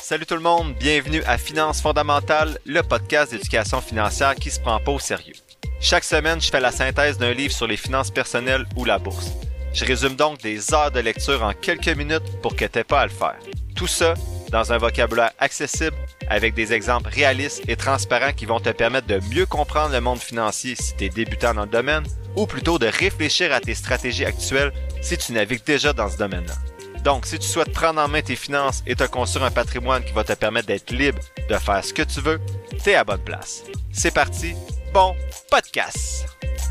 Salut tout le monde, bienvenue à Finances fondamentales, le podcast d'éducation financière qui se prend pas au sérieux. Chaque semaine, je fais la synthèse d'un livre sur les finances personnelles ou la bourse. Je résume donc des heures de lecture en quelques minutes pour que t'aies pas à le faire. Tout ça dans un vocabulaire accessible avec des exemples réalistes et transparents qui vont te permettre de mieux comprendre le monde financier si tu es débutant dans le domaine ou plutôt de réfléchir à tes stratégies actuelles si tu navigues déjà dans ce domaine-là. Donc, si tu souhaites prendre en main tes finances et te construire un patrimoine qui va te permettre d'être libre de faire ce que tu veux, t'es à bonne place. C'est parti, bon podcast!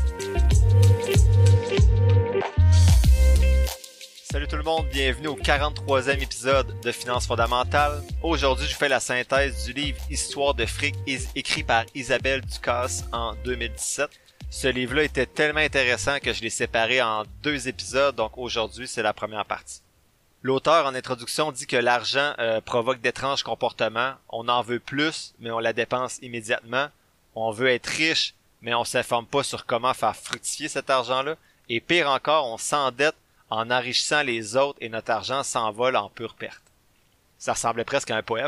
Salut tout le monde, bienvenue au 43e épisode de Finances fondamentales. Aujourd'hui, je fais la synthèse du livre Histoire de fric écrit par Isabelle Ducasse en 2017. Ce livre-là était tellement intéressant que je l'ai séparé en 2 épisodes, donc aujourd'hui, c'est la première partie. L'auteur en introduction dit que l'argent provoque d'étranges comportements. On en veut plus, mais on la dépense immédiatement. On veut être riche, mais on s'informe pas sur comment faire fructifier cet argent-là. Et pire encore, on s'endette en enrichissant les autres et notre argent s'envole en pure perte. Ça ressemblait presque à un poème.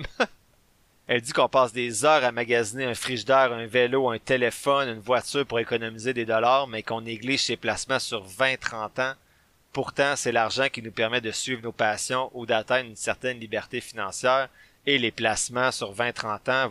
Elle dit qu'on passe des heures à magasiner un frigidaire, un vélo, un téléphone, une voiture pour économiser des dollars, mais qu'on néglige ses placements sur 20-30 ans. Pourtant, c'est l'argent qui nous permet de suivre nos passions ou d'atteindre une certaine liberté financière et les placements sur 20-30 ans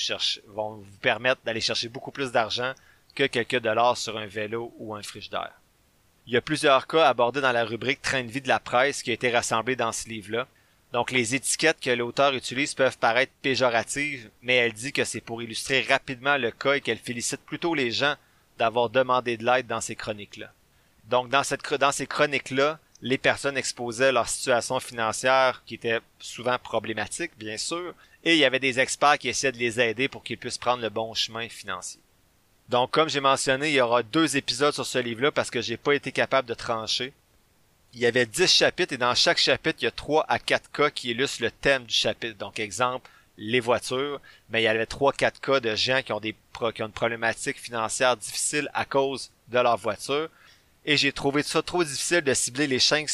vont vous permettre d'aller chercher beaucoup plus d'argent que quelques dollars sur un vélo ou un frigidaire. Il y a plusieurs cas abordés dans la rubrique Train de vie de la presse qui a été rassemblée dans ce livre-là. Donc, les étiquettes que l'auteur utilise peuvent paraître péjoratives, mais elle dit que c'est pour illustrer rapidement le cas et qu'elle félicite plutôt les gens d'avoir demandé de l'aide dans ces chroniques-là. Donc, dans ces chroniques-là, les personnes exposaient leur situation financière qui était souvent problématique, bien sûr, et il y avait des experts qui essayaient de les aider pour qu'ils puissent prendre le bon chemin financier. Donc, comme j'ai mentionné, il y aura 2 épisodes sur ce livre-là parce que j'ai pas été capable de trancher. Il y avait 10 chapitres et dans chaque chapitre, il y a 3 à 4 cas qui illustrent le thème du chapitre. Donc, exemple, les voitures, mais il y avait 3-4 cas de gens qui ont une problématique financière difficile à cause de leur voiture. Et j'ai trouvé ça trop difficile de cibler les 5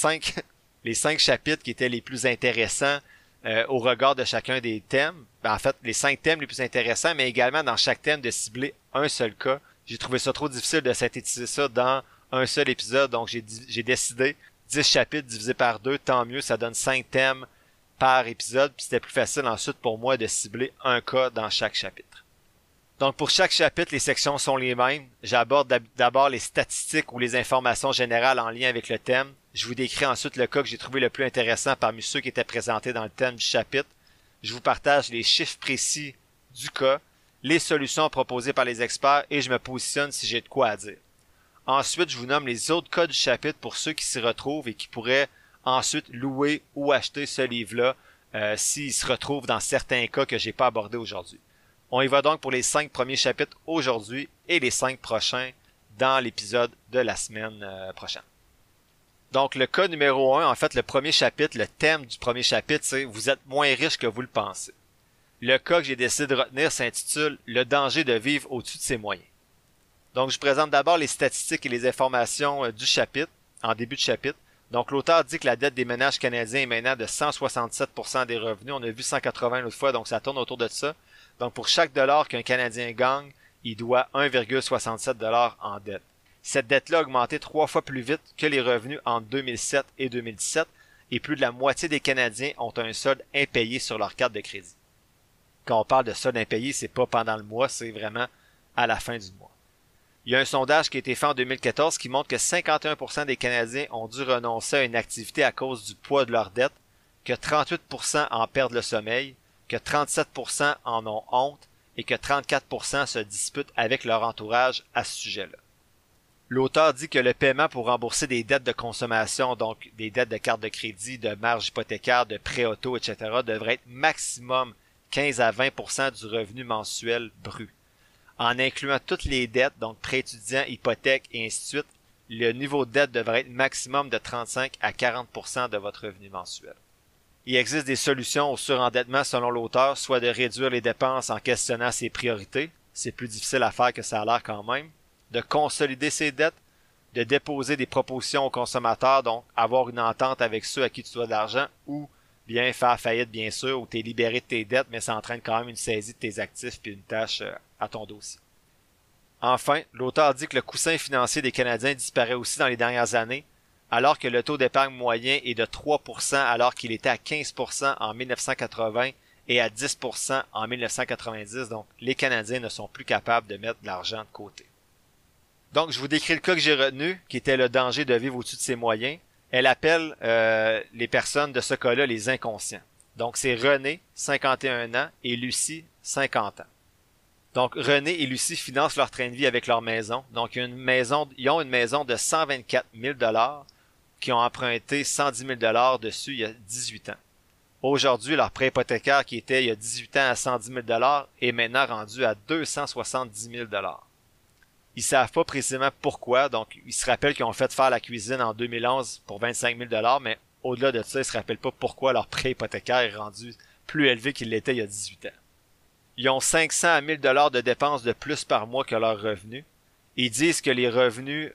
chapitres qui étaient les plus intéressants au regard de chacun des thèmes. En fait, les 5 thèmes les plus intéressants, mais également dans chaque thème de cibler un seul cas. J'ai trouvé ça trop difficile de synthétiser ça dans un seul épisode, donc j'ai décidé 10 chapitres divisés par 2, tant mieux, ça donne 5 thèmes par épisode, puis c'était plus facile ensuite pour moi de cibler un cas dans chaque chapitre. Donc, pour chaque chapitre, les sections sont les mêmes. J'aborde d'abord les statistiques ou les informations générales en lien avec le thème. Je vous décris ensuite le cas que j'ai trouvé le plus intéressant parmi ceux qui étaient présentés dans le thème du chapitre. Je vous partage les chiffres précis du cas, les solutions proposées par les experts et je me positionne si j'ai de quoi à dire. Ensuite, je vous nomme les autres cas du chapitre pour ceux qui s'y retrouvent et qui pourraient ensuite louer ou acheter ce livre-là s'ils se retrouvent dans certains cas que j'ai pas abordés aujourd'hui. On y va donc pour les 5 premiers chapitres aujourd'hui et les 5 prochains dans l'épisode de la semaine prochaine. Donc, le cas numéro 1, en fait, le premier chapitre, le thème du premier chapitre, c'est « Vous êtes moins riche que vous le pensez ». Le cas que j'ai décidé de retenir s'intitule « Le danger de vivre au-dessus de ses moyens ». Donc, je présente d'abord les statistiques et les informations du chapitre, en début de chapitre. Donc, l'auteur dit que la dette des ménages canadiens est maintenant de 167% des revenus. On a vu 180 l'autre fois, donc ça tourne autour de ça. Donc, pour chaque dollar qu'un Canadien gagne, il doit 1,67$ en dette. Cette dette-là a augmenté 3 fois plus vite que les revenus entre 2007 et 2017, et plus de la moitié des Canadiens ont un solde impayé sur leur carte de crédit. Quand on parle de solde impayé, c'est pas pendant le mois, c'est vraiment à la fin du mois. Il y a un sondage qui a été fait en 2014 qui montre que 51% des Canadiens ont dû renoncer à une activité à cause du poids de leur dette, que 38% en perdent le sommeil, que 37% en ont honte et que 34% se disputent avec leur entourage à ce sujet-là. L'auteur dit que le paiement pour rembourser des dettes de consommation, donc des dettes de carte de crédit, de marge hypothécaire, de prêt auto, etc., devrait être maximum 15 à 20% du revenu mensuel brut. En incluant toutes les dettes, donc prêt étudiant, hypothèque et ainsi de suite, le niveau de dette devrait être maximum de 35 à 40% de votre revenu mensuel. Il existe des solutions au surendettement selon l'auteur, soit de réduire les dépenses en questionnant ses priorités, c'est plus difficile à faire que ça a l'air quand même, de consolider ses dettes, de déposer des propositions aux consommateurs, donc avoir une entente avec ceux à qui tu dois de l'argent, ou bien faire faillite, bien sûr, ou t'es libéré de tes dettes, mais ça entraîne quand même une saisie de tes actifs puis une tâche à ton dossier. Enfin, l'auteur dit que le coussin financier des Canadiens disparaît aussi dans les dernières années, alors que le taux d'épargne moyen est de 3% alors qu'il était à 15% en 1980 et à 10% en 1990, donc les Canadiens ne sont plus capables de mettre de l'argent de côté. Donc, je vous décris le cas que j'ai retenu, qui était le danger de vivre au-dessus de ses moyens. Elle appelle les personnes de ce cas-là les inconscients. Donc, c'est René, 51 ans, et Lucie, 50 ans. Donc, René et Lucie financent leur train de vie avec leur maison. Donc, ils ont une maison de 124 000 qui ont emprunté 110 000 dessus il y a 18 ans. Aujourd'hui, leur prêt hypothécaire qui était il y a 18 ans à 110 000 est maintenant rendu à 270 000 Ils savent pas précisément pourquoi, donc ils se rappellent qu'ils ont fait faire la cuisine en 2011 pour 25 000 mais au-delà de ça, ils se rappellent pas pourquoi leur prêt hypothécaire est rendu plus élevé qu'il l'était il y a 18 ans. Ils ont 500 à 1000 $ de dépenses de plus par mois que leurs revenus. Ils disent que les revenus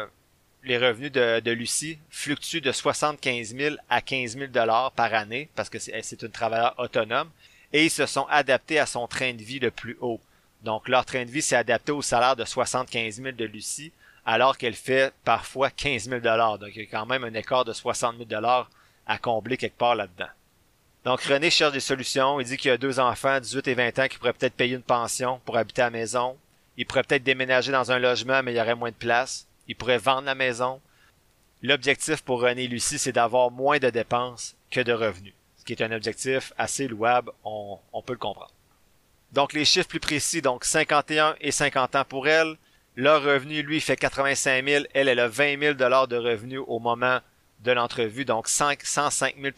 de Lucie fluctuent de 75 000 à 15 000 $ par année parce que c'est une travailleuse autonome et ils se sont adaptés à son train de vie le plus haut. Donc leur train de vie s'est adapté au salaire de 75 000 de Lucie alors qu'elle fait parfois 15 000 $. Donc il y a quand même un écart de 60 000 $ à combler quelque part là-dedans. Donc René cherche des solutions. Il dit qu'il y a 2 enfants, 18 et 20 ans, qui pourraient peut-être payer une pension pour habiter à la maison. Il pourrait peut-être déménager dans un logement, mais il y aurait moins de place. Il pourrait vendre la maison. L'objectif pour René et Lucie, c'est d'avoir moins de dépenses que de revenus. Ce qui est un objectif assez louable, on peut le comprendre. Donc les chiffres plus précis, donc 51 et 50 ans pour elle. Leur revenu, lui, fait 85 000. Elle a 20 000 $ de revenus au moment de l'entrevue, donc 105 000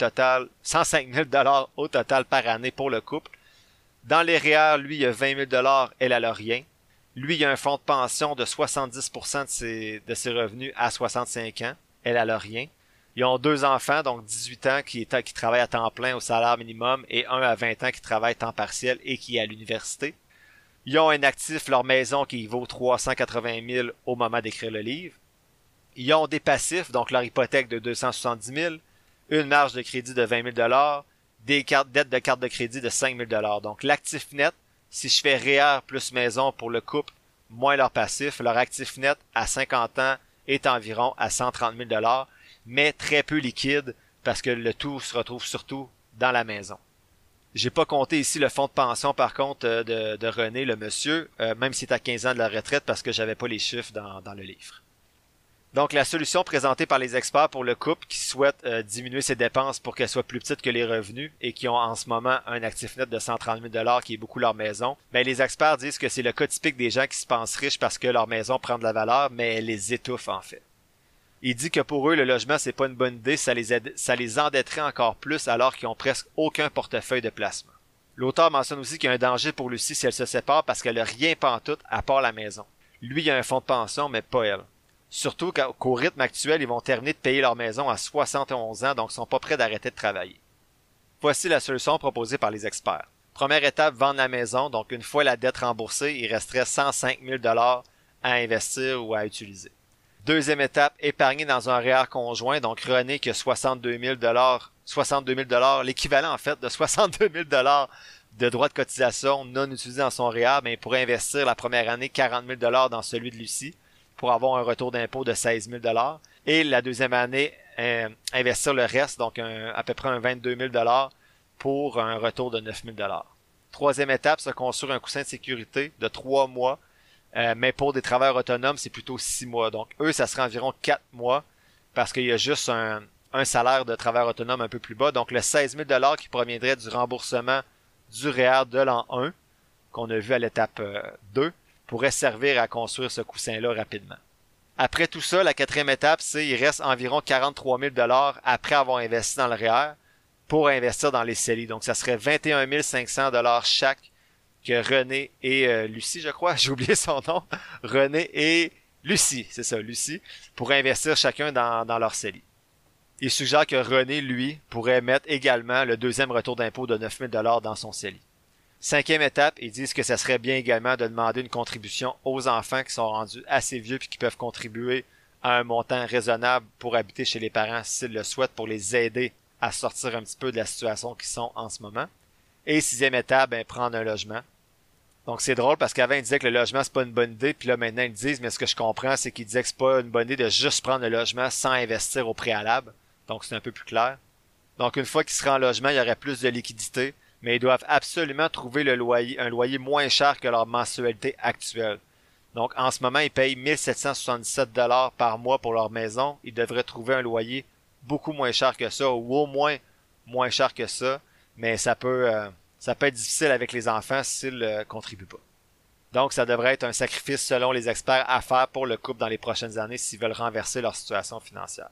$ au total par année pour le couple. Dans les REER, lui, il y a 20 000 $, elle a rien. Lui, il y a un fonds de pension de 70% de ses revenus à 65 ans, elle a rien. Ils ont 2 enfants, donc 18 ans, qui travaillent à temps plein au salaire minimum, et un à 20 ans qui travaille temps partiel et qui est à l'université. Ils ont un actif, leur maison, qui vaut 380 000 au moment d'écrire le livre. Ils ont des passifs, donc leur hypothèque de 270 000, une marge de crédit de 20 000 $, des dettes de carte de crédit de 5 000 $. Donc l'actif net, si je fais REER plus maison pour le couple, moins leur passif, leur actif net à 50 ans est environ à 130 000 $, mais très peu liquide parce que le tout se retrouve surtout dans la maison. J'ai pas compté ici le fonds de pension par contre de René, le monsieur, même s'il est à 15 ans de la retraite parce que j'avais pas les chiffres dans le livre. Donc la solution présentée par les experts pour le couple qui souhaite diminuer ses dépenses pour qu'elles soient plus petites que les revenus et qui ont en ce moment un actif net de 130 000 $ qui est beaucoup leur maison, ben les experts disent que c'est le cas typique des gens qui se pensent riches parce que leur maison prend de la valeur, mais elle les étouffe en fait. Il dit que pour eux, le logement, c'est pas une bonne idée, ça les endetterait encore plus alors qu'ils ont presque aucun portefeuille de placement. L'auteur mentionne aussi qu'il y a un danger pour Lucie si elle se sépare parce qu'elle a rien pantoute à part la maison. Lui, il a un fonds de pension, mais pas elle. Surtout qu'au rythme actuel, ils vont terminer de payer leur maison à 71 ans, donc ils sont pas prêts d'arrêter de travailler. Voici la solution proposée par les experts. Première étape, vendre la maison, donc une fois la dette remboursée, il resterait 105 000 $ à investir ou à utiliser. Deuxième étape, épargner dans un REER conjoint, donc René qui a 62 000 $, l'équivalent en fait de 62 000 $ de droits de cotisation non utilisés dans son REER, mais il pourrait investir la première année 40 000 $ dans celui de Lucie pour avoir un retour d'impôt de 16 000 $, et la deuxième année, investir le reste, donc à peu près un 22 000 $ pour un retour de 9 000 $. Troisième étape, se construire un coussin de sécurité de 3 mois, mais pour des travailleurs autonomes, c'est plutôt 6 mois. Donc eux, ça serait environ 4 mois parce qu'il y a juste un salaire de travailleur autonome un peu plus bas. Donc le 16 000 $ qui proviendrait du remboursement du REER de l'an 1, qu'on a vu à l'étape 2, pourrait servir à construire ce coussin-là rapidement. Après tout ça, la quatrième étape, c'est il reste environ 43 000 $ après avoir investi dans le REER pour investir dans les CELI. Donc ça serait 21 500 $ chaque que René et Lucie, je crois, j'ai oublié son nom, René et Lucie, c'est ça, Lucie, pourraient investir chacun dans leur CELI. Il suggère que René, lui, pourrait mettre également le deuxième retour d'impôt de 9 000 $ dans son CELI. Cinquième étape, ils disent que ça serait bien également de demander une contribution aux enfants qui sont rendus assez vieux puis qui peuvent contribuer à un montant raisonnable pour habiter chez les parents s'ils le souhaitent pour les aider à sortir un petit peu de la situation qu'ils sont en ce moment. Et sixième étape, ben, prendre un logement. Donc c'est drôle parce qu'avant ils disaient que le logement c'est pas une bonne idée, puis là maintenant ils disent, mais ce que je comprends c'est qu'ils disaient que c'est pas une bonne idée de juste prendre le logement sans investir au préalable. Donc c'est un peu plus clair. Donc une fois qu'ils seraient en logement, il y aurait plus de liquidité, mais ils doivent absolument trouver un loyer moins cher que leur mensualité actuelle. Donc en ce moment, ils payent 1777 $ par mois pour leur maison. Ils devraient trouver un loyer beaucoup moins cher que ça, ou au moins moins cher que ça, mais ça peut être difficile avec les enfants s'ils ne contribuent pas. Donc ça devrait être un sacrifice selon les experts à faire pour le couple dans les prochaines années s'ils veulent renverser leur situation financière.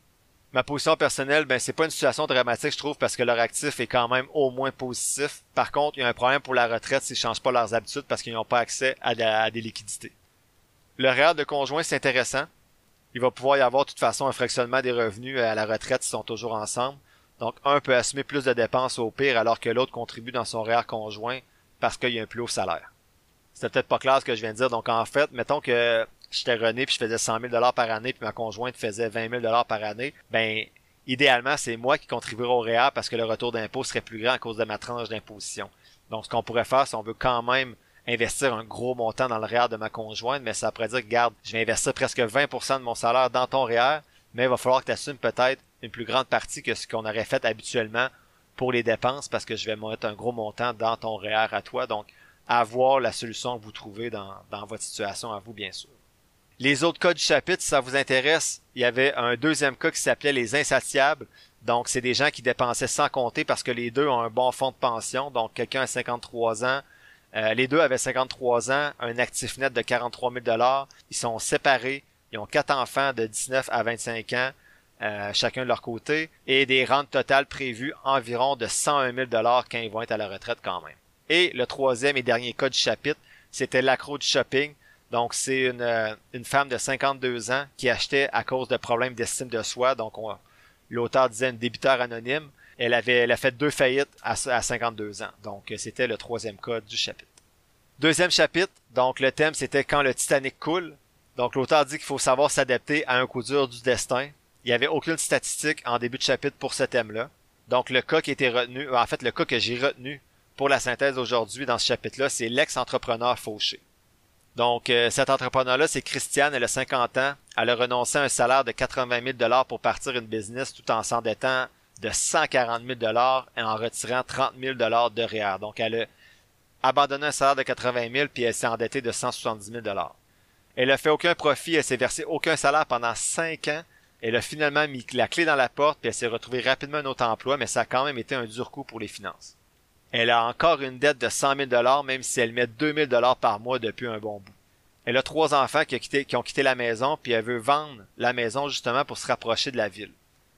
Ma position personnelle, ben c'est pas une situation dramatique, je trouve, parce que leur actif est quand même au moins positif. Par contre, il y a un problème pour la retraite s'ils changent pas leurs habitudes parce qu'ils n'ont pas accès à des liquidités. Le REER de conjoint, c'est intéressant. Il va pouvoir y avoir de toute façon un fractionnement des revenus à la retraite s'ils sont toujours ensemble. Donc, un peut assumer plus de dépenses au pire alors que l'autre contribue dans son REER conjoint parce qu'il y a un plus haut salaire. C'était peut-être pas clair ce que je viens de dire. Donc, en fait, mettons que j'étais René puis je faisais 100 000 $ par année puis ma conjointe faisait 20 000 $ par année. Ben, idéalement, c'est moi qui contribuerai au REER parce que le retour d'impôt serait plus grand à cause de ma tranche d'imposition. Donc, ce qu'on pourrait faire, si on veut quand même investir un gros montant dans le REER de ma conjointe, mais ça pourrait dire, regarde, je vais investir presque 20% de mon salaire dans ton REER, mais il va falloir que tu assumes peut-être une plus grande partie que ce qu'on aurait fait habituellement pour les dépenses parce que je vais mettre un gros montant dans ton REER à toi. Donc, à voir la solution que vous trouvez dans votre situation à vous, bien sûr. Les autres cas du chapitre, si ça vous intéresse, il y avait un deuxième cas qui s'appelait les insatiables. Donc, c'est des gens qui dépensaient sans compter parce que les deux ont un bon fonds de pension. Donc, quelqu'un a 53 ans. Les deux avaient 53 ans, un actif net de 43 000 $. Ils sont séparés. Ils ont 4 enfants de 19 à 25 ans, chacun de leur côté, et des rentes totales prévues environ de 101 000 $ quand ils vont être à la retraite quand même. Et le troisième et dernier cas du chapitre, c'était l'accro du shopping. Donc, c'est une femme de 52 ans qui achetait à cause de problèmes d'estime de soi. Donc, l'auteur disait une débiteur anonyme. Elle a fait 2 faillites à 52 ans. Donc, c'était le troisième cas du chapitre. Deuxième chapitre, donc le thème, c'était quand le Titanic coule. Donc, l'auteur dit qu'il faut savoir s'adapter à un coup dur du destin. Il n'y avait aucune statistique en début de chapitre pour ce thème-là. Donc, le cas qui a été retenu, en fait, le cas que j'ai retenu pour la synthèse aujourd'hui dans ce chapitre-là, c'est l'ex-entrepreneur fauché. Donc, cet entrepreneur-là, c'est Christiane, elle a 50 ans. Elle a renoncé à un salaire de 80 000 $ pour partir une business tout en s'endettant de 140 000 $ et en retirant 30 000 $ de REER. Donc, elle a abandonné un salaire de 80 000 puis elle s'est endettée de 170 000 $. Elle a fait aucun profit, elle s'est versé aucun salaire pendant 5 ans. Elle a finalement mis la clé dans la porte puis elle s'est retrouvée rapidement un autre emploi, mais ça a quand même été un dur coup pour les finances. Elle a encore une dette de 100 000 $, même si elle met 2 000 $ par mois depuis un bon bout. Elle a 3 enfants qui ont quitté la maison, puis elle veut vendre la maison justement pour se rapprocher de la ville.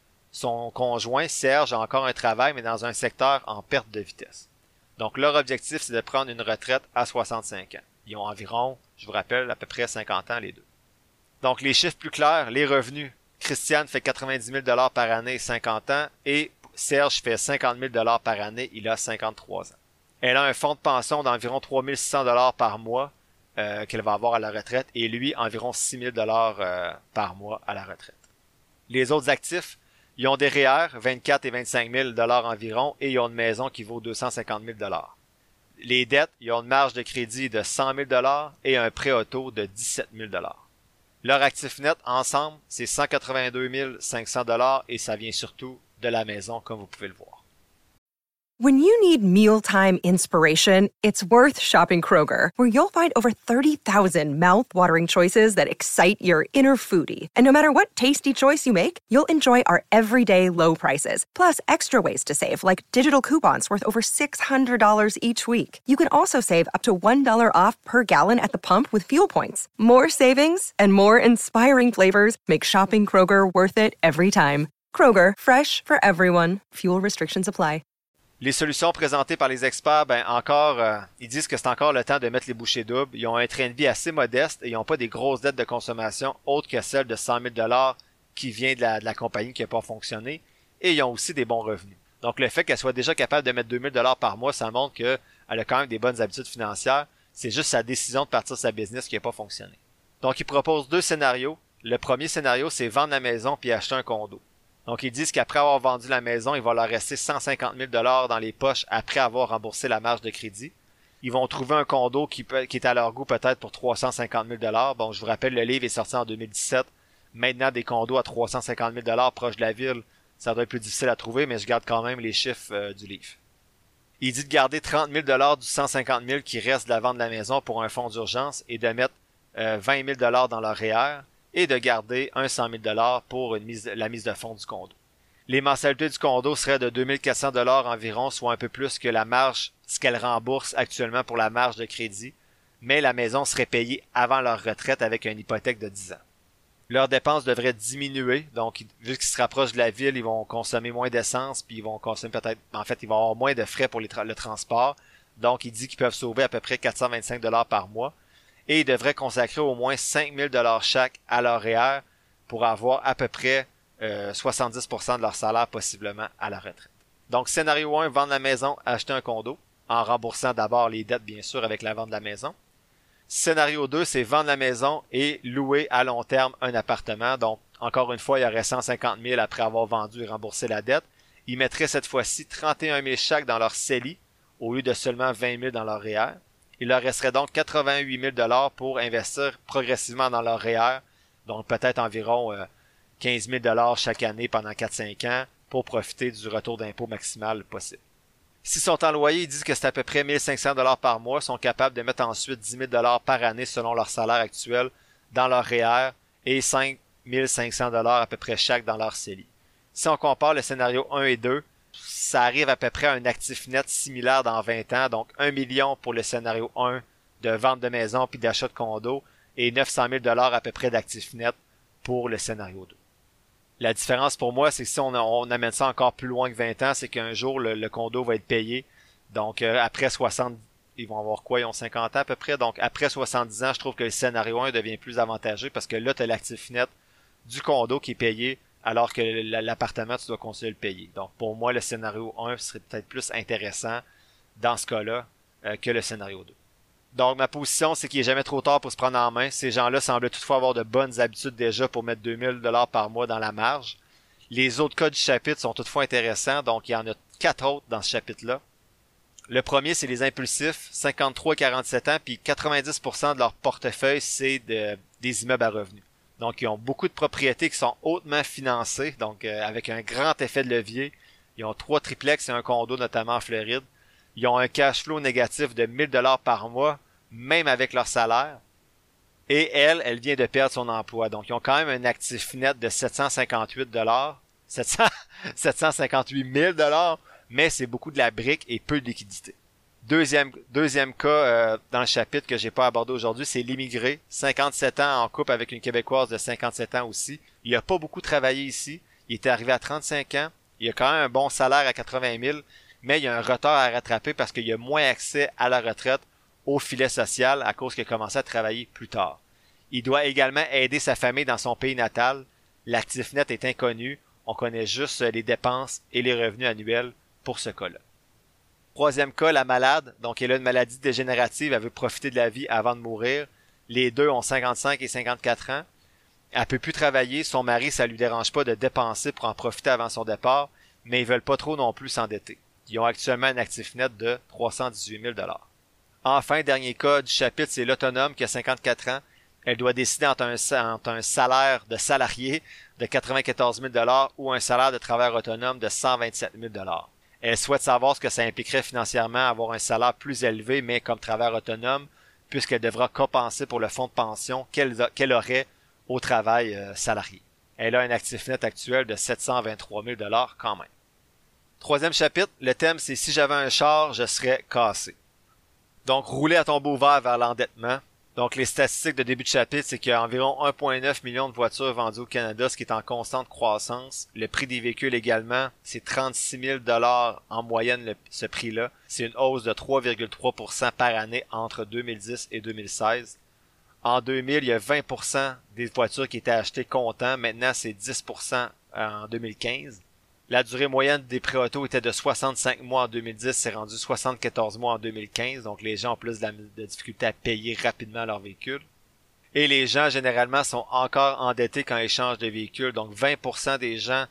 Son conjoint, Serge, a encore un travail, mais dans un secteur en perte de vitesse. Donc leur objectif, c'est de prendre une retraite à 65 ans. Ils ont environ, je vous rappelle, à peu près 50 ans les deux. Donc les chiffres plus clairs, les revenus. Christiane fait 90 000 $ par année, 50 ans, et Serge fait 50 000 $ par année, il a 53 ans. Elle a un fonds de pension d'environ 3 600 $ par mois qu'elle va avoir à la retraite, et lui, environ 6 000 $ par mois à la retraite. Les autres actifs, ils ont des REER, 24 et 25 000 $ environ, et ils ont une maison qui vaut 250 000 $. Les dettes, ils ont une marge de crédit de 100 000 $ et un prêt auto de 17 000 $. Leur actif net, ensemble, c'est 182 500 $ et ça vient surtout de la maison, comme vous pouvez le voir. When you need mealtime inspiration, it's worth shopping Kroger, where you'll find over 30,000 mouth-watering choices that excite your inner foodie. And no matter what tasty choice you make, you'll enjoy our everyday low prices, plus extra ways to save, like digital coupons worth over $600 each week. You can also save up to $1 off per gallon at the pump with fuel points. More savings and more inspiring flavors make shopping Kroger worth it every time. Kroger, fresh for everyone. Fuel restrictions apply. Les solutions présentées par les experts, ils disent que c'est encore le temps de mettre les bouchées doubles. Ils ont un train de vie assez modeste et ils n'ont pas des grosses dettes de consommation autres que celle de 100 000 $ qui vient de la compagnie qui n'a pas fonctionné. Et ils ont aussi des bons revenus. Donc le fait qu'elle soit déjà capable de mettre 2 000 $ par mois, ça montre qu'elle a quand même des bonnes habitudes financières. C'est juste sa décision de partir de sa business qui n'a pas fonctionné. Donc ils proposent 2 scénarios. Le premier scénario, c'est vendre la maison puis acheter un condo. Donc, ils disent qu'après avoir vendu la maison, il va leur rester 150 000 $ dans les poches après avoir remboursé la marge de crédit. Ils vont trouver un condo qui est à leur goût peut-être pour 350 000 $. Bon, je vous rappelle, le livre est sorti en 2017. Maintenant, des condos à 350 000 $ proche de la ville, ça doit être plus difficile à trouver, mais je garde quand même les chiffres du livre. Il dit de garder 30 000 $ du 150 000 qui reste de la vente de la maison pour un fonds d'urgence et de mettre 20 000 $ dans leur REER et de garder un 100 000 $ pour la mise de fonds du condo. Les mensualités du condo seraient de 2 400 $ environ, soit un peu plus que la marge, ce qu'elle rembourse actuellement pour la marge de crédit, mais la maison serait payée avant leur retraite avec une hypothèque de 10 ans. Leurs dépenses devraient diminuer, donc vu qu'ils se rapprochent de la ville, ils vont consommer moins d'essence, puis ils vont consommer peut-être, en fait, ils vont avoir moins de frais pour le transport, donc il dit qu'ils peuvent sauver à peu près 425 $ par mois, et ils devraient consacrer au moins 5 000 $ chaque à leur REER pour avoir à peu près 70% de leur salaire possiblement à la retraite. Donc scénario 1, vendre la maison, acheter un condo, en remboursant d'abord les dettes bien sûr avec la vente de la maison. Scénario 2, c'est vendre la maison et louer à long terme un appartement. Donc, encore une fois, il y aurait 150 000 après avoir vendu et remboursé la dette. Ils mettraient cette fois-ci 31 000 chaque dans leur CELI au lieu de seulement 20 000 dans leur REER. Il leur resterait donc 88 000 $ pour investir progressivement dans leur REER. Donc, peut-être environ 15 000 $ chaque année pendant 4-5 ans pour profiter du retour d'impôt maximal possible. S'ils sont en loyer, ils disent que c'est à peu près 1 500 $ par mois, sont capables de mettre ensuite 10 000 $ par année selon leur salaire actuel dans leur REER et 5 500 $ à peu près chaque dans leur CELI. Si on compare le scénario 1 et 2, ça arrive à peu près à un actif net similaire dans 20 ans, donc 1 million pour le scénario 1 de vente de maison puis d'achat de condo et 900 000 $ à peu près d'actif net pour le scénario 2. La différence pour moi, c'est que si on amène ça encore plus loin que 20 ans, c'est qu'un jour, le condo va être payé. Donc, après 60, ils vont avoir quoi? Ils ont 50 ans à peu près. Donc, après 70 ans, je trouve que le scénario 1 devient plus avantageux parce que là, tu as l'actif net du condo qui est payé, alors que l'appartement, tu dois continuer de le payer. Donc, pour moi, le scénario 1 serait peut-être plus intéressant dans ce cas-là que le scénario 2. Donc, ma position, c'est qu'il n'est jamais trop tard pour se prendre en main. Ces gens-là semblaient toutefois avoir de bonnes habitudes déjà pour mettre 2 000 $ par mois dans la marge. Les autres cas du chapitre sont toutefois intéressants, donc il y en a 4 autres dans ce chapitre-là. Le premier, c'est les impulsifs, 53 et 47 ans, puis 90% de leur portefeuille, c'est des immeubles à revenus. Donc, ils ont beaucoup de propriétés qui sont hautement financées, donc avec un grand effet de levier. Ils ont 3 triplex et un condo, notamment en Floride. Ils ont un cash flow négatif de 1 000 $ par mois, même avec leur salaire. Et elle vient de perdre son emploi. Donc, ils ont quand même un actif net de 758 $, 758 000 $, mais c'est beaucoup de la brique et peu de liquidité. Deuxième cas dans le chapitre que j'ai pas abordé aujourd'hui, c'est l'immigré, 57 ans en couple avec une Québécoise de 57 ans aussi. Il a pas beaucoup travaillé ici. Il était arrivé à 35 ans. Il a quand même un bon salaire à 80 000, mais il y a un retard à rattraper parce qu'il y a moins accès à la retraite au filet social à cause qu'il a commencé à travailler plus tard. Il doit également aider sa famille dans son pays natal. L'actif net est inconnu. On connaît juste les dépenses et les revenus annuels pour ce cas-là. Troisième cas, la malade. Donc, elle a une maladie dégénérative. Elle veut profiter de la vie avant de mourir. Les deux ont 55 et 54 ans. Elle peut plus travailler. Son mari, ça lui dérange pas de dépenser pour en profiter avant son départ, mais ils veulent pas trop non plus s'endetter. Ils ont actuellement un actif net de 318 000 $. Enfin, dernier cas du chapitre, c'est l'autonome qui a 54 ans. Elle doit décider entre un salaire de salarié de 94 000 $ ou un salaire de travailleur autonome de 127 000 $. Elle souhaite savoir ce que ça impliquerait financièrement avoir un salaire plus élevé, mais comme travailleur autonome, puisqu'elle devra compenser pour le fonds de pension qu'elle aurait au travail salarié. Elle a un actif net actuel de 723 000 $ quand même. Troisième chapitre, le thème c'est « Si j'avais un char, je serais cassé ». Donc, rouler à tombeau ouvert vers l'endettement. Donc, les statistiques de début de chapitre, c'est qu'il y a environ 1,9 million de voitures vendues au Canada, ce qui est en constante croissance. Le prix des véhicules également, c'est 36 000 $ en moyenne ce prix-là. C'est une hausse de 3,3% par année entre 2010 et 2016. En 2000, il y a 20% des voitures qui étaient achetées comptant. Maintenant, c'est 10% en 2015. La durée moyenne des prêts auto était de 65 mois en 2010, c'est rendu 74 mois en 2015, donc les gens ont plus de difficulté à payer rapidement leur véhicule. Et les gens, généralement, sont encore endettés quand ils changent de véhicule, donc 20% des gens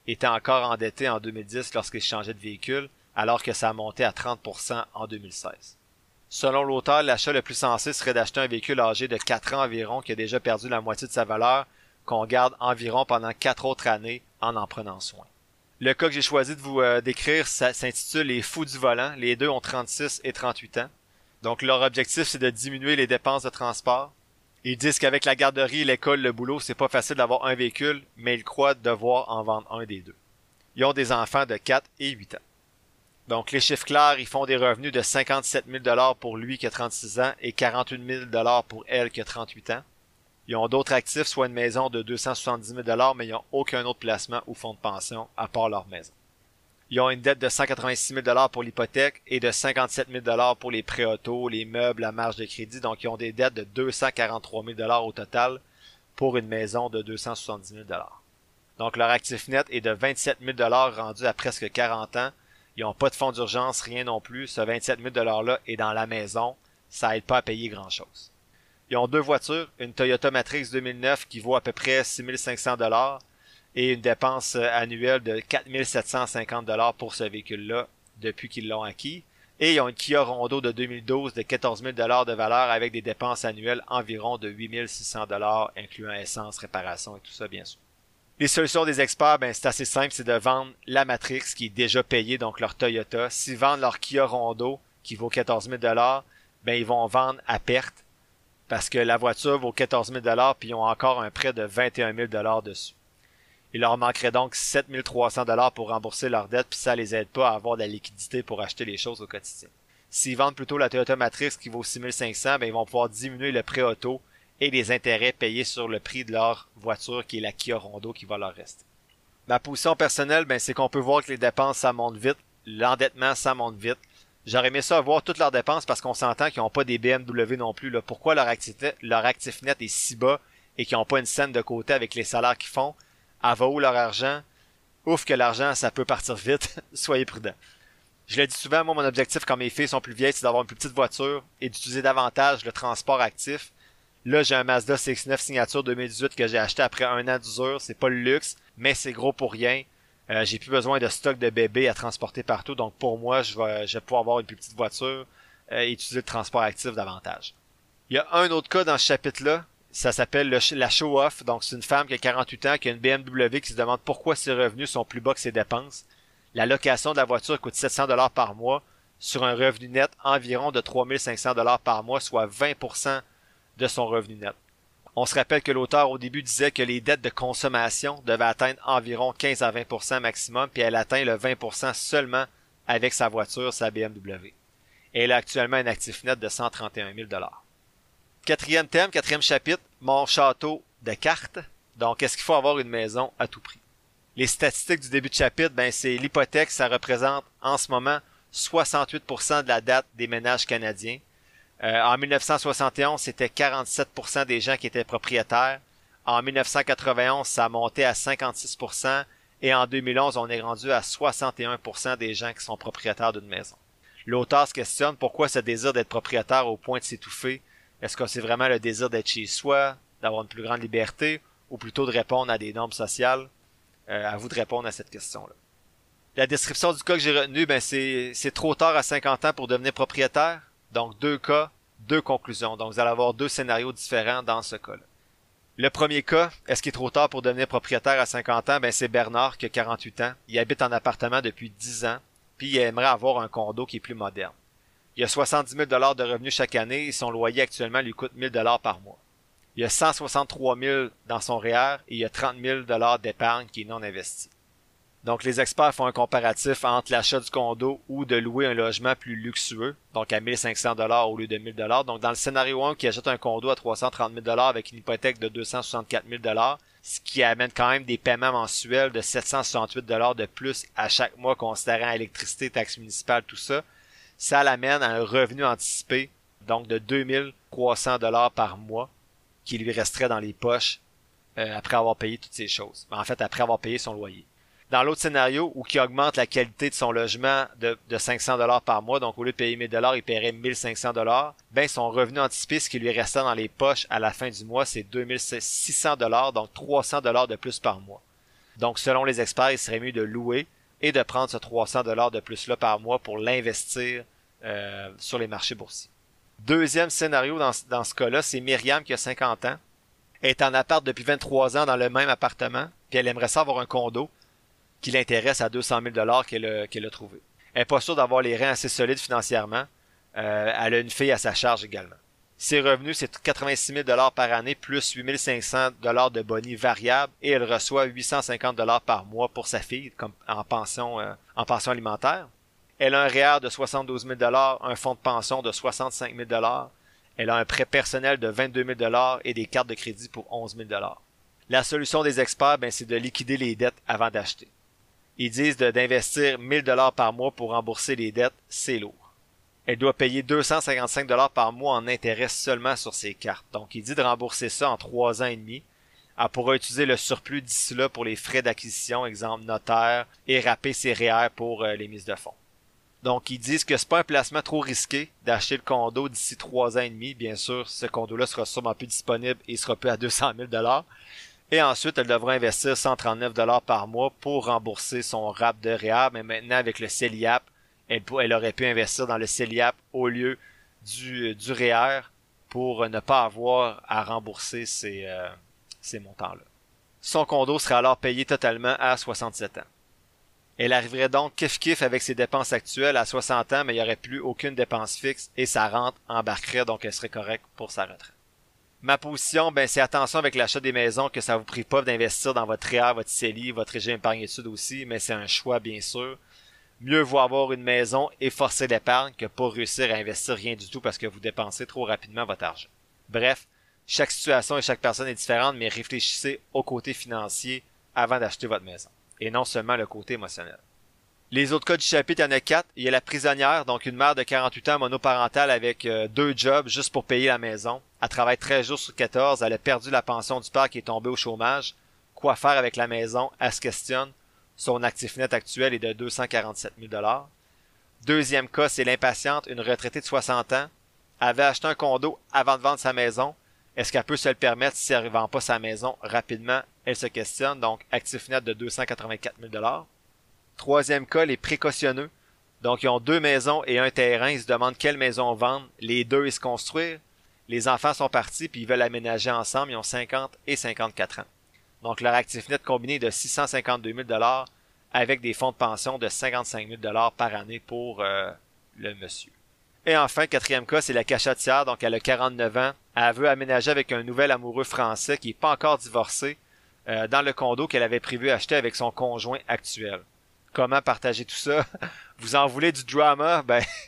était encore endetté en 2010 lorsqu'il changeait de véhicule, alors que ça a monté à 30% en 2016. Selon l'auteur, l'achat le plus sensé serait d'acheter un véhicule âgé de 4 ans environ qui a déjà perdu la moitié de sa valeur, qu'on garde environ pendant 4 autres années en prenant soin. Le cas que j'ai choisi de vous décrire s'intitule Les fous du volant. Les deux ont 36 et 38 ans. Donc leur objectif, c'est de diminuer les dépenses de transport. Ils disent qu'avec la garderie, l'école, le boulot, c'est pas facile d'avoir un véhicule, mais ils croient devoir en vendre un des deux. Ils ont des enfants de 4 et 8 ans. Donc les chiffres clairs, ils font des revenus de 57 000 pour lui qui a 36 ans et 48 000 pour elle qui a 38 ans. Ils ont d'autres actifs, soit une maison de 270 000 mais ils n'ont aucun autre placement ou fonds de pension à part leur maison. Ils ont une dette de 186 000 pour l'hypothèque et de 57 000 pour les prêts auto, les meubles, la marge de crédit. Donc, ils ont des dettes de 243 000 au total pour une maison de 270 000 Donc, leur actif net est de 27 000 rendu à presque 40 ans. Ils n'ont pas de fonds d'urgence, rien non plus. Ce 27 000 $-là est dans la maison. Ça aide pas à payer grand-chose. Ils ont deux voitures, une Toyota Matrix 2009 qui vaut à peu près 6 500 $ et une dépense annuelle de 4 750 $ pour ce véhicule-là depuis qu'ils l'ont acquis. Et ils ont une Kia Rondo de 2012 de 14 000 $ de valeur avec des dépenses annuelles environ de 8 600 $, incluant essence, réparation et tout ça, bien sûr. Les solutions des experts, c'est assez simple, c'est de vendre la Matrix qui est déjà payée, donc leur Toyota. S'ils vendent leur Kia Rondo qui vaut 14 000 $, ils vont vendre à perte parce que la voiture vaut 14 000 $ puis ils ont encore un prêt de 21 000 $ dessus. Il leur manquerait donc 7 300 $ pour rembourser leur dette puis ça les aide pas à avoir de la liquidité pour acheter les choses au quotidien. S'ils vendent plutôt la Toyota Matrix qui vaut 6 500, ils vont pouvoir diminuer le prêt auto et les intérêts payés sur le prix de leur voiture qui est la Kia Rondo qui va leur rester. Ma position personnelle, c'est qu'on peut voir que les dépenses ça monte vite, l'endettement ça monte vite. J'aurais aimé ça voir toutes leurs dépenses parce qu'on s'entend qu'ils n'ont pas des BMW non plus. Là. Pourquoi leur actif net est si bas et qu'ils n'ont pas une scène de côté avec les salaires qu'ils font? Elle va où leur argent? Ouf que l'argent, ça peut partir vite. Soyez prudents. Je le dis souvent, moi, mon objectif quand mes filles sont plus vieilles, c'est d'avoir une plus petite voiture et d'utiliser davantage le transport actif. Là, j'ai un Mazda CX-9 signature 2018 que j'ai acheté après 1 an d'usure. C'est pas le luxe, mais c'est gros pour rien. J'ai plus besoin de stock de bébés à transporter partout. Donc, pour moi, je vais pouvoir avoir une plus petite voiture et utiliser le transport actif davantage. Il y a un autre cas dans ce chapitre-là. Ça s'appelle la show-off. Donc, c'est une femme qui a 48 ans, qui a une BMW, qui se demande pourquoi ses revenus sont plus bas que ses dépenses. La location de la voiture coûte 700 $ par mois sur un revenu net environ de 3 500 $ par mois, soit 20% de son revenu net. On se rappelle que l'auteur au début disait que les dettes de consommation devaient atteindre environ 15 à 20% maximum, puis elle atteint le 20% seulement avec sa voiture, sa BMW. Et elle a actuellement un actif net de 131 000 $. Quatrième thème, quatrième chapitre, mon château de cartes. Donc, est-ce qu'il faut avoir une maison à tout prix? Les statistiques du début de chapitre, c'est l'hypothèque, ça représente en ce moment 68% de la dette des ménages canadiens. En 1971, c'était 47% des gens qui étaient propriétaires. En 1991, ça a monté à 56%. Et en 2011, on est rendu à 61% des gens qui sont propriétaires d'une maison. L'auteur se questionne pourquoi ce désir d'être propriétaire au point de s'étouffer. Est-ce que c'est vraiment le désir d'être chez soi, d'avoir une plus grande liberté, ou plutôt de répondre à des normes sociales? À vous de répondre à cette question-là. La description du cas que j'ai retenu, c'est trop tard à 50 ans pour devenir propriétaire. Donc, 2 cas, 2 conclusions. Donc, vous allez avoir 2 scénarios différents dans ce cas-là. Le premier cas, est-ce qu'il est trop tard pour devenir propriétaire à 50 ans? C'est Bernard qui a 48 ans. Il habite en appartement depuis 10 ans, puis il aimerait avoir un condo qui est plus moderne. Il a 70 000 $ de revenus chaque année et son loyer actuellement lui coûte 1 000 $ par mois. Il a 163 000 dans son REER et il a 30 000 $ d'épargne qui est non investie. Donc, les experts font un comparatif entre l'achat du condo ou de louer un logement plus luxueux, donc à 1 500 $ au lieu de 1 000 $. Donc, dans le scénario 1, qui achète un condo à 330 000 $ avec une hypothèque de 264 000 $, ce qui amène quand même des paiements mensuels de 768 $ de plus à chaque mois, considérant électricité, taxes municipales, tout ça, ça l'amène à un revenu anticipé, donc de 2 300 $ par mois, qui lui resterait dans les poches après avoir payé toutes ces choses. En fait, après avoir payé son loyer. Dans l'autre scénario, où qui augmente la qualité de son logement de 500 $ par mois, donc au lieu de payer 1 000 $, il paierait 1 500 $, son revenu anticipé, ce qui lui restait dans les poches à la fin du mois, c'est 2 600 $, donc 300 $ de plus par mois. Donc, selon les experts, il serait mieux de louer et de prendre ce 300 $ de plus là par mois pour l'investir sur les marchés boursiers. Deuxième scénario dans ce cas-là, c'est Myriam qui a 50 ans. Elle est en appart depuis 23 ans dans le même appartement, puis elle aimerait ça avoir un condo qui l'intéresse à 200 000 $ qu'elle a trouvé. Elle n'est pas sûre d'avoir les reins assez solides financièrement. Elle a une fille à sa charge également. Ses revenus, c'est 86 000 $ par année plus 8 500 $ de boni variable et elle reçoit 850 $ par mois pour sa fille comme en pension alimentaire. Elle a un REER de 72 000 $, un fonds de pension de 65 000 $. Elle a un prêt personnel de 22 000 $ et des cartes de crédit pour 11 000 $. La solution des experts, c'est de liquider les dettes avant d'acheter. Ils disent d'investir 1 000 $ par mois pour rembourser les dettes, c'est lourd. Elle doit payer 255 $ par mois en intérêt seulement sur ses cartes. Donc, il dit de rembourser ça en 3 ans et demi. Elle pourra utiliser le surplus d'ici là pour les frais d'acquisition, exemple notaire, et râper ses REER pour les mises de fonds. Donc, ils disent que c'est pas un placement trop risqué d'acheter le condo d'ici 3 ans et demi. Bien sûr, ce condo-là sera sûrement plus disponible et sera plus à 200 000 $. Et ensuite, elle devra investir 139 $ par mois pour rembourser son RAP de REER. Mais maintenant, avec le CELIAP, elle aurait pu investir dans le CELIAP au lieu du REER pour ne pas avoir à rembourser ces montants-là. Son condo serait alors payé totalement à 67 ans. Elle arriverait donc kiff-kiff avec ses dépenses actuelles à 60 ans, mais il n'y aurait plus aucune dépense fixe et sa rente embarquerait, donc elle serait correcte pour sa retraite. Ma position, c'est attention avec l'achat des maisons que ça vous prive pas d'investir dans votre REER, votre CELI, votre régime épargne-études aussi, mais c'est un choix bien sûr. Mieux vaut avoir une maison et forcer l'épargne que pas réussir à investir rien du tout parce que vous dépensez trop rapidement votre argent. Bref, chaque situation et chaque personne est différente, mais réfléchissez au côté financier avant d'acheter votre maison, et non seulement le côté émotionnel. Les autres cas du chapitre, il y en a 4. Il y a la prisonnière, donc une mère de 48 ans monoparentale avec 2 jobs juste pour payer la maison. Elle travaille 13 jours sur 14, elle a perdu la pension du père qui est tombé au chômage. Quoi faire avec la maison? Elle se questionne. Son actif net actuel est de 247 000 $. Deuxième cas, c'est l'impatiente, une retraitée de 60 ans. Elle avait acheté un condo avant de vendre sa maison. Est-ce qu'elle peut se le permettre si elle ne vend pas sa maison rapidement? Elle se questionne, donc actif net de 284 000 $. Troisième cas, les précautionneux. Donc, ils ont 2 maisons et un terrain. Ils se demandent quelle maison vendre. Les 2 et se construire. Les enfants sont partis puis ils veulent aménager ensemble. Ils ont 50 et 54 ans. Donc, leur actif net combiné est de 652 000 $ avec des fonds de pension de 55 000 $ par année pour le monsieur. Et enfin, quatrième cas, c'est la cachottière. Donc, elle a 49 ans. Elle veut aménager avec un nouvel amoureux français qui n'est pas encore divorcé dans le condo qu'elle avait prévu acheter avec son conjoint actuel. Comment partager tout ça? Vous en voulez du drama?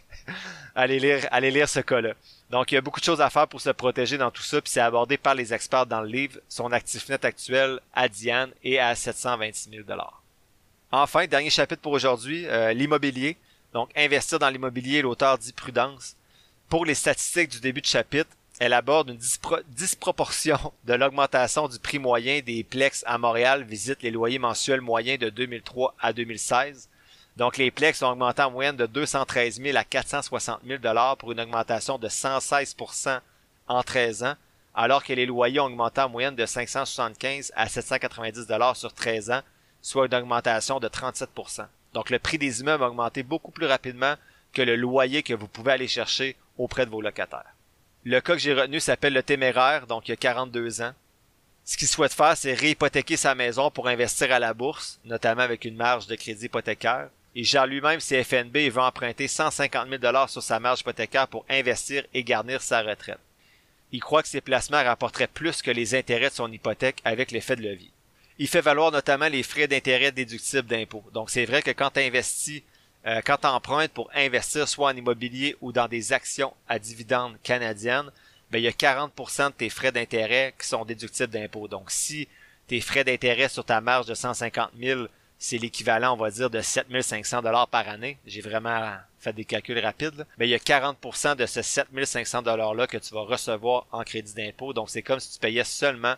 Allez lire ce cas-là. Donc, il y a beaucoup de choses à faire pour se protéger dans tout ça, puis c'est abordé par les experts dans le livre. Son actif net actuel à Diane est à 726 000 $. Enfin, dernier chapitre pour aujourd'hui, l'immobilier. Donc, investir dans l'immobilier, l'auteur dit prudence. Pour les statistiques du début de chapitre, elle aborde une disproportion de l'augmentation du prix moyen des plex à Montréal, visite les loyers mensuels moyens de 2003 à 2016. Donc, les plex ont augmenté en moyenne de 213 000 à 460 000 $ pour une augmentation de 116 % en 13 ans, alors que les loyers ont augmenté en moyenne de 575 à 790 $ sur 13 ans, soit une augmentation de 37 %. Donc, le prix des immeubles a augmenté beaucoup plus rapidement que le loyer que vous pouvez aller chercher auprès de vos locataires. Le cas que j'ai retenu s'appelle le téméraire, donc il a 42 ans. Ce qu'il souhaite faire, c'est réhypothéquer sa maison pour investir à la bourse, notamment avec une marge de crédit hypothécaire. Il gère lui-même ses FNB et veut emprunter 150 000 $ sur sa marge hypothécaire pour investir et garnir sa retraite. Il croit que ses placements rapporteraient plus que les intérêts de son hypothèque avec l'effet de levier. Il fait valoir notamment les frais d'intérêt déductibles d'impôts. Donc c'est vrai que quand tu investis, quand tu empruntes pour investir soit en immobilier ou dans des actions à dividendes canadiennes, il y a 40% de tes frais d'intérêt qui sont déductibles d'impôts. Donc si tes frais d'intérêt sur ta marge de 150 000, c'est l'équivalent, on va dire, de 7 500 $ par année. J'ai vraiment fait des calculs rapides. Mais il y a 40% de ce 7 500 $ que tu vas recevoir en crédit d'impôt. Donc c'est comme si tu payais seulement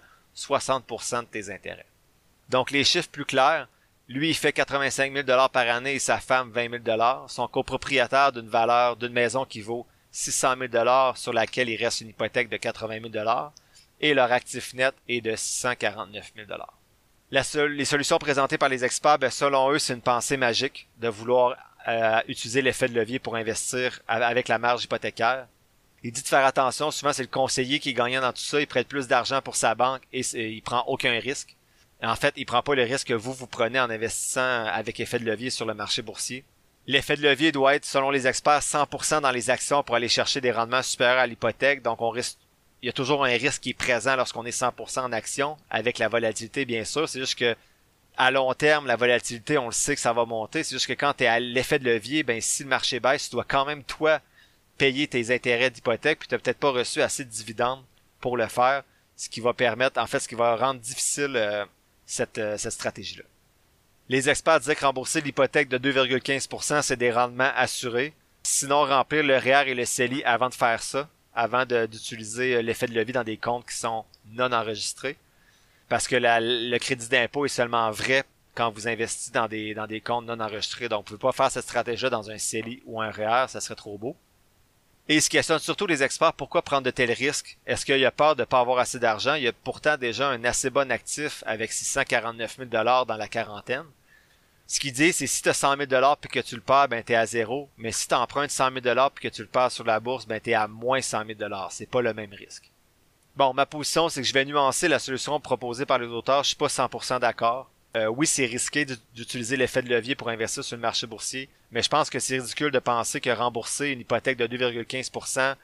60% de tes intérêts. Donc les chiffres plus clairs, lui, il fait 85 000 $ par année et sa femme 20 000 $. Sont copropriétaires d'une valeur d'une maison qui vaut 600 000 $ sur laquelle il reste une hypothèque de 80 000 $ et leur actif net est de 649 000 $. Les solutions présentées par les experts, ben, selon eux, c'est une pensée magique de vouloir utiliser l'effet de levier pour investir avec la marge hypothécaire. Il dit de faire attention, souvent c'est le conseiller qui est gagnant dans tout ça, il prête plus d'argent pour sa banque et il prend aucun risque. En fait, il prend pas le risque que vous prenez en investissant avec effet de levier sur le marché boursier. L'effet de levier doit être, selon les experts, 100% dans les actions pour aller chercher des rendements supérieurs à l'hypothèque, donc il y a toujours un risque qui est présent lorsqu'on est 100% en actions, avec la volatilité bien sûr, c'est juste que à long terme, la volatilité, on le sait que ça va monter, c'est juste que quand tu es à l'effet de levier, ben si le marché baisse, tu dois quand même, toi, payer tes intérêts d'hypothèque, puis tu n'as peut-être pas reçu assez de dividendes pour le faire, ce qui va permettre, en fait, ce qui va rendre difficile cette stratégie-là. Les experts disaient que rembourser l'hypothèque de 2,15%, c'est des rendements assurés. Sinon, remplir le REER et le CELI avant de faire ça, avant d'utiliser l'effet de levier dans des comptes qui sont non enregistrés. Parce que le crédit d'impôt est seulement vrai quand vous investissez dans des comptes non enregistrés. Donc, vous ne pouvez pas faire cette stratégie dans un CELI ou un REER, ça serait trop beau. Et ils se questionnent surtout les experts, pourquoi prendre de tels risques? Est-ce qu'il y a peur de ne pas avoir assez d'argent? Il y a pourtant déjà un assez bon actif avec 649 000 $ dans la quarantaine. Ce qu'il dit, c'est si tu as 100 000 $ puis que tu le perds, ben t'es à zéro. Mais si tu empruntes 100 000 $ puis que tu le perds sur la bourse, ben t'es à moins 100 000 $. C'est pas le même risque. Bon, ma position, c'est que je vais nuancer la solution proposée par les auteurs. Je suis pas 100% d'accord. Oui, c'est risqué d'utiliser l'effet de levier pour investir sur le marché boursier, mais je pense que c'est ridicule de penser que rembourser une hypothèque de 2,15%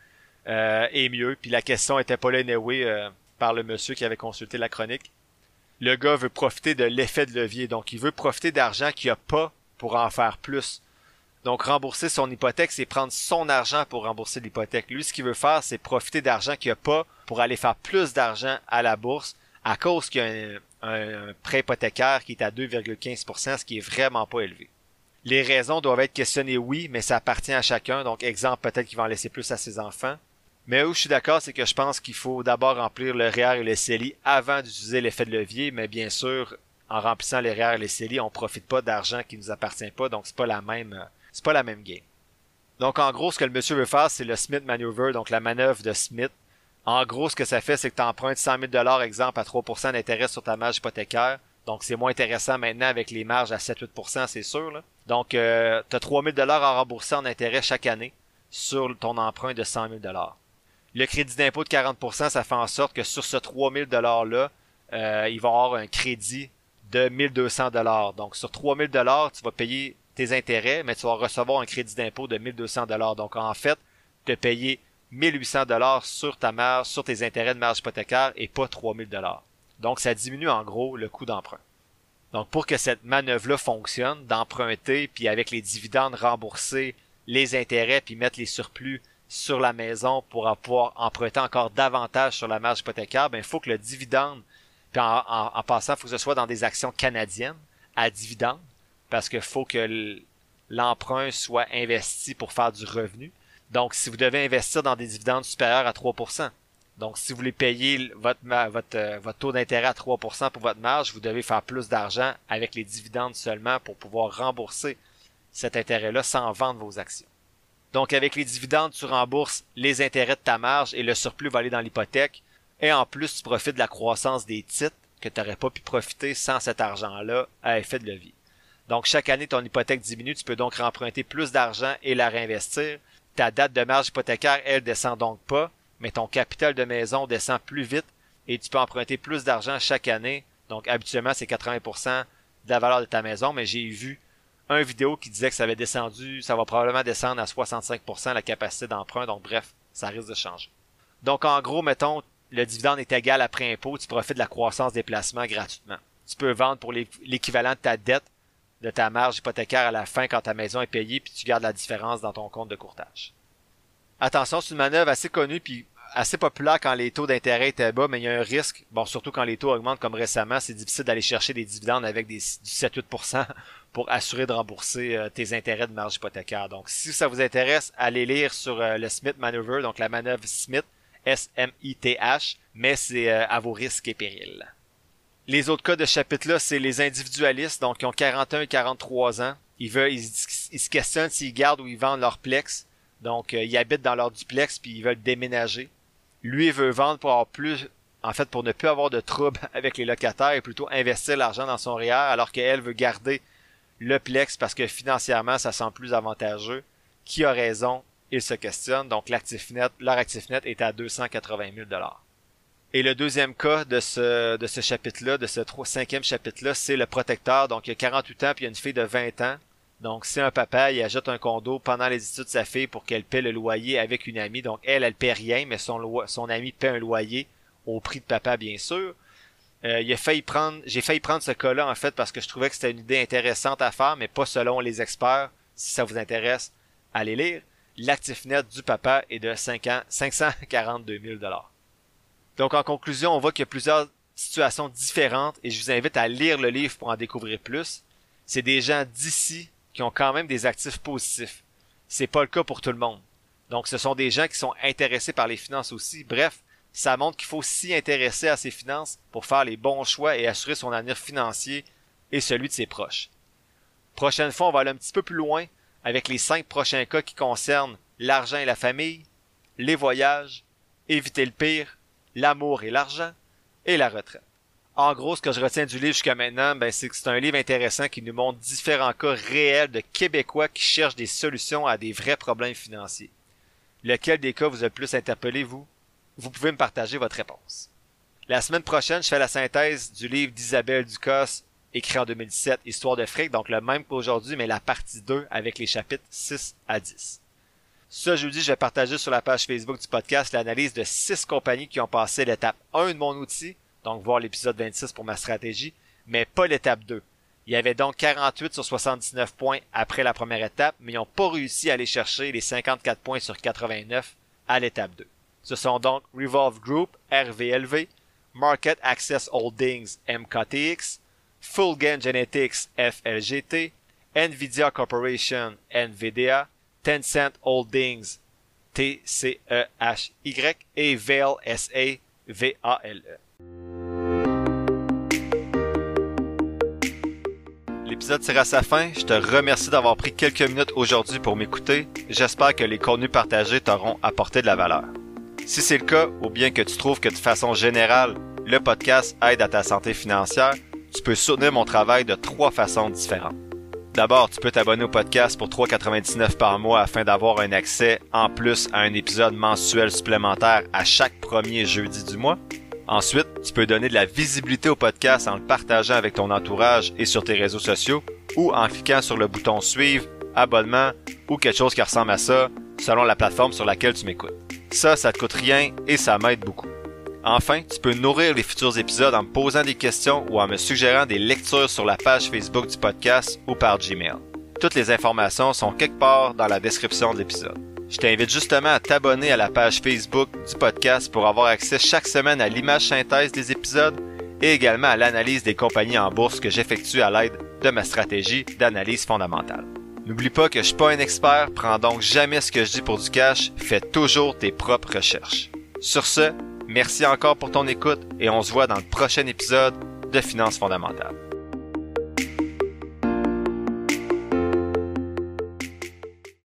est mieux. Puis la question était pas là anyway, par le monsieur qui avait consulté la chronique. Le gars veut profiter de l'effet de levier, donc il veut profiter d'argent qu'il a pas pour en faire plus. Donc rembourser son hypothèque, c'est prendre son argent pour rembourser l'hypothèque. Lui, ce qu'il veut faire, c'est profiter d'argent qu'il a pas pour aller faire plus d'argent à la bourse à cause qu'il y a un prêt hypothécaire qui est à 2,15%, ce qui est vraiment pas élevé. Les raisons doivent être questionnées, oui, mais ça appartient à chacun. Donc, exemple, peut-être qu'il va en laisser plus à ses enfants. Mais où je suis d'accord, c'est que je pense qu'il faut d'abord remplir le REER et le CELI avant d'utiliser l'effet de levier. Mais bien sûr, en remplissant les REER et les CELI, on profite pas d'argent qui nous appartient pas. Donc, c'est pas la même game. Donc, en gros, ce que le monsieur veut faire, c'est le Smith Maneuver, donc la manœuvre de Smith. En gros, ce que ça fait, c'est que tu empruntes 100 000 $, exemple, à 3% d'intérêt sur ta marge hypothécaire. Donc, c'est moins intéressant maintenant avec les marges à 7-8%, c'est sûr, là. Donc, tu as 3 000 $ à rembourser en intérêt chaque année sur ton emprunt de 100 000 $. Le crédit d'impôt de 40%, ça fait en sorte que sur ce 3 000 $-là, il va y avoir un crédit de 1 200 $. Donc, sur 3 000 $, tu vas payer tes intérêts, mais tu vas recevoir un crédit d'impôt de 1 200 $. Donc, en fait, tu as payé 1 800 $ sur ta marge, sur tes intérêts de marge hypothécaire et pas 3 000 $. Donc, ça diminue en gros le coût d'emprunt. Donc, pour que cette manœuvre-là fonctionne, d'emprunter, puis avec les dividendes rembourser les intérêts, puis mettre les surplus sur la maison pour pouvoir emprunter encore davantage sur la marge hypothécaire, ben, il faut que le dividende, puis en passant, il faut que ce soit dans des actions canadiennes à dividende, parce qu'il faut que l'emprunt soit investi pour faire du revenu. Donc, si vous devez investir dans des dividendes supérieurs à 3%, donc si vous voulez payer votre taux d'intérêt à 3% pour votre marge, vous devez faire plus d'argent avec les dividendes seulement pour pouvoir rembourser cet intérêt-là sans vendre vos actions. Donc, avec les dividendes, tu rembourses les intérêts de ta marge et le surplus va aller dans l'hypothèque. Et en plus, tu profites de la croissance des titres que tu n'aurais pas pu profiter sans cet argent-là à effet de levier. Donc, chaque année, ton hypothèque diminue, tu peux donc remprunter plus d'argent et la réinvestir. Ta date de marge hypothécaire, elle, descend donc pas, mais ton capital de maison descend plus vite et tu peux emprunter plus d'argent chaque année. Donc, habituellement, c'est 80% de la valeur de ta maison, mais j'ai vu une vidéo qui disait que ça avait descendu, ça va probablement descendre à 65% la capacité d'emprunt. Donc, bref, ça risque de changer. Donc, en gros, mettons, le dividende est égal après impôt, tu profites de la croissance des placements gratuitement. Tu peux vendre pour l'équivalent de ta dette de ta marge hypothécaire à la fin quand ta maison est payée, puis tu gardes la différence dans ton compte de courtage. Attention, c'est une manœuvre assez connue puis assez populaire quand les taux d'intérêt étaient bas, mais il y a un risque, bon, surtout quand les taux augmentent comme récemment, c'est difficile d'aller chercher des dividendes avec du 7-8% pour assurer de rembourser tes intérêts de marge hypothécaire. Donc, si ça vous intéresse, allez lire sur le Smith Maneuver, donc la manœuvre Smith, S-M-I-T-H, mais c'est à vos risques et périls. Les autres cas de ce chapitre-là, c'est les individualistes, donc qui ont 41 et 43 ans. Ils se questionnent s'ils gardent ou ils vendent leur plex. Donc, ils habitent dans leur duplex puis ils veulent déménager. Lui, il veut vendre pour avoir plus en fait, pour ne plus avoir de troubles avec les locataires et plutôt investir l'argent dans son REER alors qu'elle veut garder le Plex parce que financièrement, ça semble plus avantageux. Qui a raison? Ils se questionnent. Donc, leur actif net est à 280 000 $. Et le deuxième cas de ce chapitre-là, de ce cinquième chapitre-là, c'est le protecteur. Donc, il a 48 ans puis il y a une fille de 20 ans. Donc, c'est un papa, il ajoute un condo pendant les études de sa fille pour qu'elle paie le loyer avec une amie. Donc, elle paie rien, mais son amie paie un loyer au prix de papa, bien sûr. J'ai failli prendre ce cas-là, en fait, parce que je trouvais que c'était une idée intéressante à faire, mais pas selon les experts. Si ça vous intéresse, allez lire. L'actif net du papa est de 542 000 $. Donc, en conclusion, on voit qu'il y a plusieurs situations différentes et je vous invite à lire le livre pour en découvrir plus. C'est des gens d'ici qui ont quand même des actifs positifs. C'est pas le cas pour tout le monde. Donc, ce sont des gens qui sont intéressés par les finances aussi. Bref, ça montre qu'il faut s'y intéresser à ses finances pour faire les bons choix et assurer son avenir financier et celui de ses proches. Prochaine fois, on va aller un petit peu plus loin avec les 5 prochains cas qui concernent l'argent et la famille, les voyages, éviter le pire, l'amour et l'argent, et la retraite. En gros, ce que je retiens du livre jusqu'à maintenant, c'est que c'est un livre intéressant qui nous montre différents cas réels de Québécois qui cherchent des solutions à des vrais problèmes financiers. Lequel des cas vous a le plus interpellé, vous? Vous pouvez me partager votre réponse. La semaine prochaine, je fais la synthèse du livre d'Isabelle Ducasse, écrit en 2017, Histoire de fric, donc le même qu'aujourd'hui, mais la partie 2 avec les chapitres 6 à 10. Ce jeudi, je vais partager sur la page Facebook du podcast l'analyse de 6 compagnies qui ont passé l'étape 1 de mon outil, donc voir l'épisode 26 pour ma stratégie, mais pas l'étape 2. Il y avait donc 48 sur 79 points après la première étape, mais ils n'ont pas réussi à aller chercher les 54 points sur 89 à l'étape 2. Ce sont donc Revolve Group, RVLV, Market Access Holdings, MKTX, Full Gain Genetics, FLGT, Nvidia Corporation, NVDA, Tencent Holdings, TCEHY et Vale SA, VALE. L'épisode tire à sa fin. Je te remercie d'avoir pris quelques minutes aujourd'hui pour m'écouter. J'espère que les contenus partagés t'auront apporté de la valeur. Si c'est le cas, ou bien que tu trouves que de façon générale, le podcast aide à ta santé financière, tu peux soutenir mon travail de 3 façons différentes. D'abord, tu peux t'abonner au podcast pour 3,99 par mois afin d'avoir un accès en plus à un épisode mensuel supplémentaire à chaque premier jeudi du mois. Ensuite, tu peux donner de la visibilité au podcast en le partageant avec ton entourage et sur tes réseaux sociaux ou en cliquant sur le bouton suivre, abonnement ou quelque chose qui ressemble à ça selon la plateforme sur laquelle tu m'écoutes. Ça te coûte rien et ça m'aide beaucoup. Enfin, tu peux nourrir les futurs épisodes en me posant des questions ou en me suggérant des lectures sur la page Facebook du podcast ou par Gmail. Toutes les informations sont quelque part dans la description de l'épisode. Je t'invite justement à t'abonner à la page Facebook du podcast pour avoir accès chaque semaine à l'image synthèse des épisodes et également à l'analyse des compagnies en bourse que j'effectue à l'aide de ma stratégie d'analyse fondamentale. N'oublie pas que je suis pas un expert, prends donc jamais ce que je dis pour du cash, fais toujours tes propres recherches. Sur ce, merci encore pour ton écoute et on se voit dans le prochain épisode de Finances fondamentales.